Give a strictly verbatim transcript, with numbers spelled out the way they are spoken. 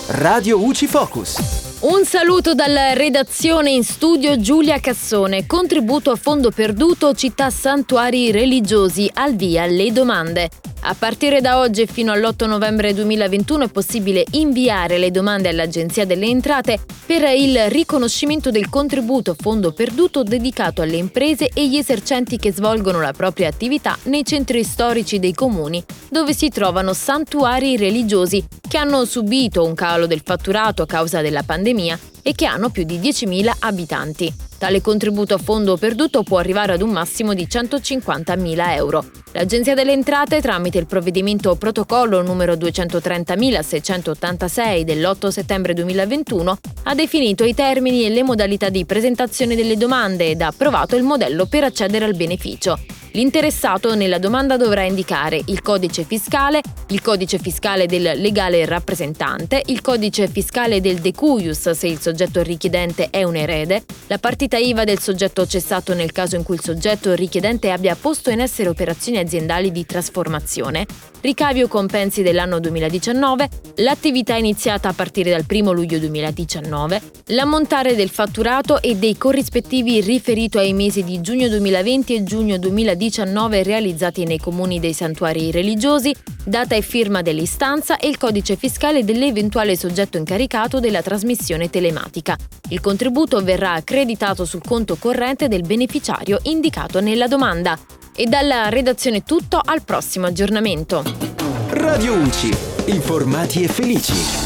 Radio U C I Focus. Un saluto dalla redazione, in studio Giulia Cassone. Contributo a fondo perduto, città santuari religiosi, al via le domande. A partire da oggi e fino all'otto novembre duemilaventuno è possibile inviare le domande all'Agenzia delle Entrate per il riconoscimento del contributo a fondo perduto dedicato alle imprese e gli esercenti che svolgono la propria attività nei centri storici dei comuni, dove si trovano santuari religiosi che hanno subito un calo del fatturato a causa della pandemia e che hanno più di diecimila abitanti. Tale contributo a fondo perduto può arrivare ad un massimo di centocinquantamila euro. L'Agenzia delle Entrate, tramite il provvedimento protocollo numero duecentotrentamila seicentottantasei dell'otto settembre duemilaventuno, ha definito i termini e le modalità di presentazione delle domande ed ha approvato il modello per accedere al beneficio. L'interessato nella domanda dovrà indicare il codice fiscale, il codice fiscale del legale rappresentante, il codice fiscale del decuius se il soggetto richiedente è un erede, la partita I V A del soggetto cessato nel caso in cui il soggetto richiedente abbia posto in essere operazioni aziendali di trasformazione, ricavi o compensi dell'anno duemiladiciannove, l'attività iniziata a partire dal primo luglio duemiladiciannove, l'ammontare del fatturato e dei corrispettivi riferito ai mesi di giugno duemilaventi e giugno duemiladiciannove realizzati nei comuni dei santuari religiosi, data e firma dell'istanza e il codice fiscale dell'eventuale soggetto incaricato della trasmissione telematica. Il contributo verrà accreditato sul conto corrente del beneficiario indicato nella domanda. E dalla redazione tutto, al prossimo aggiornamento. Radio U C I, informati e felici.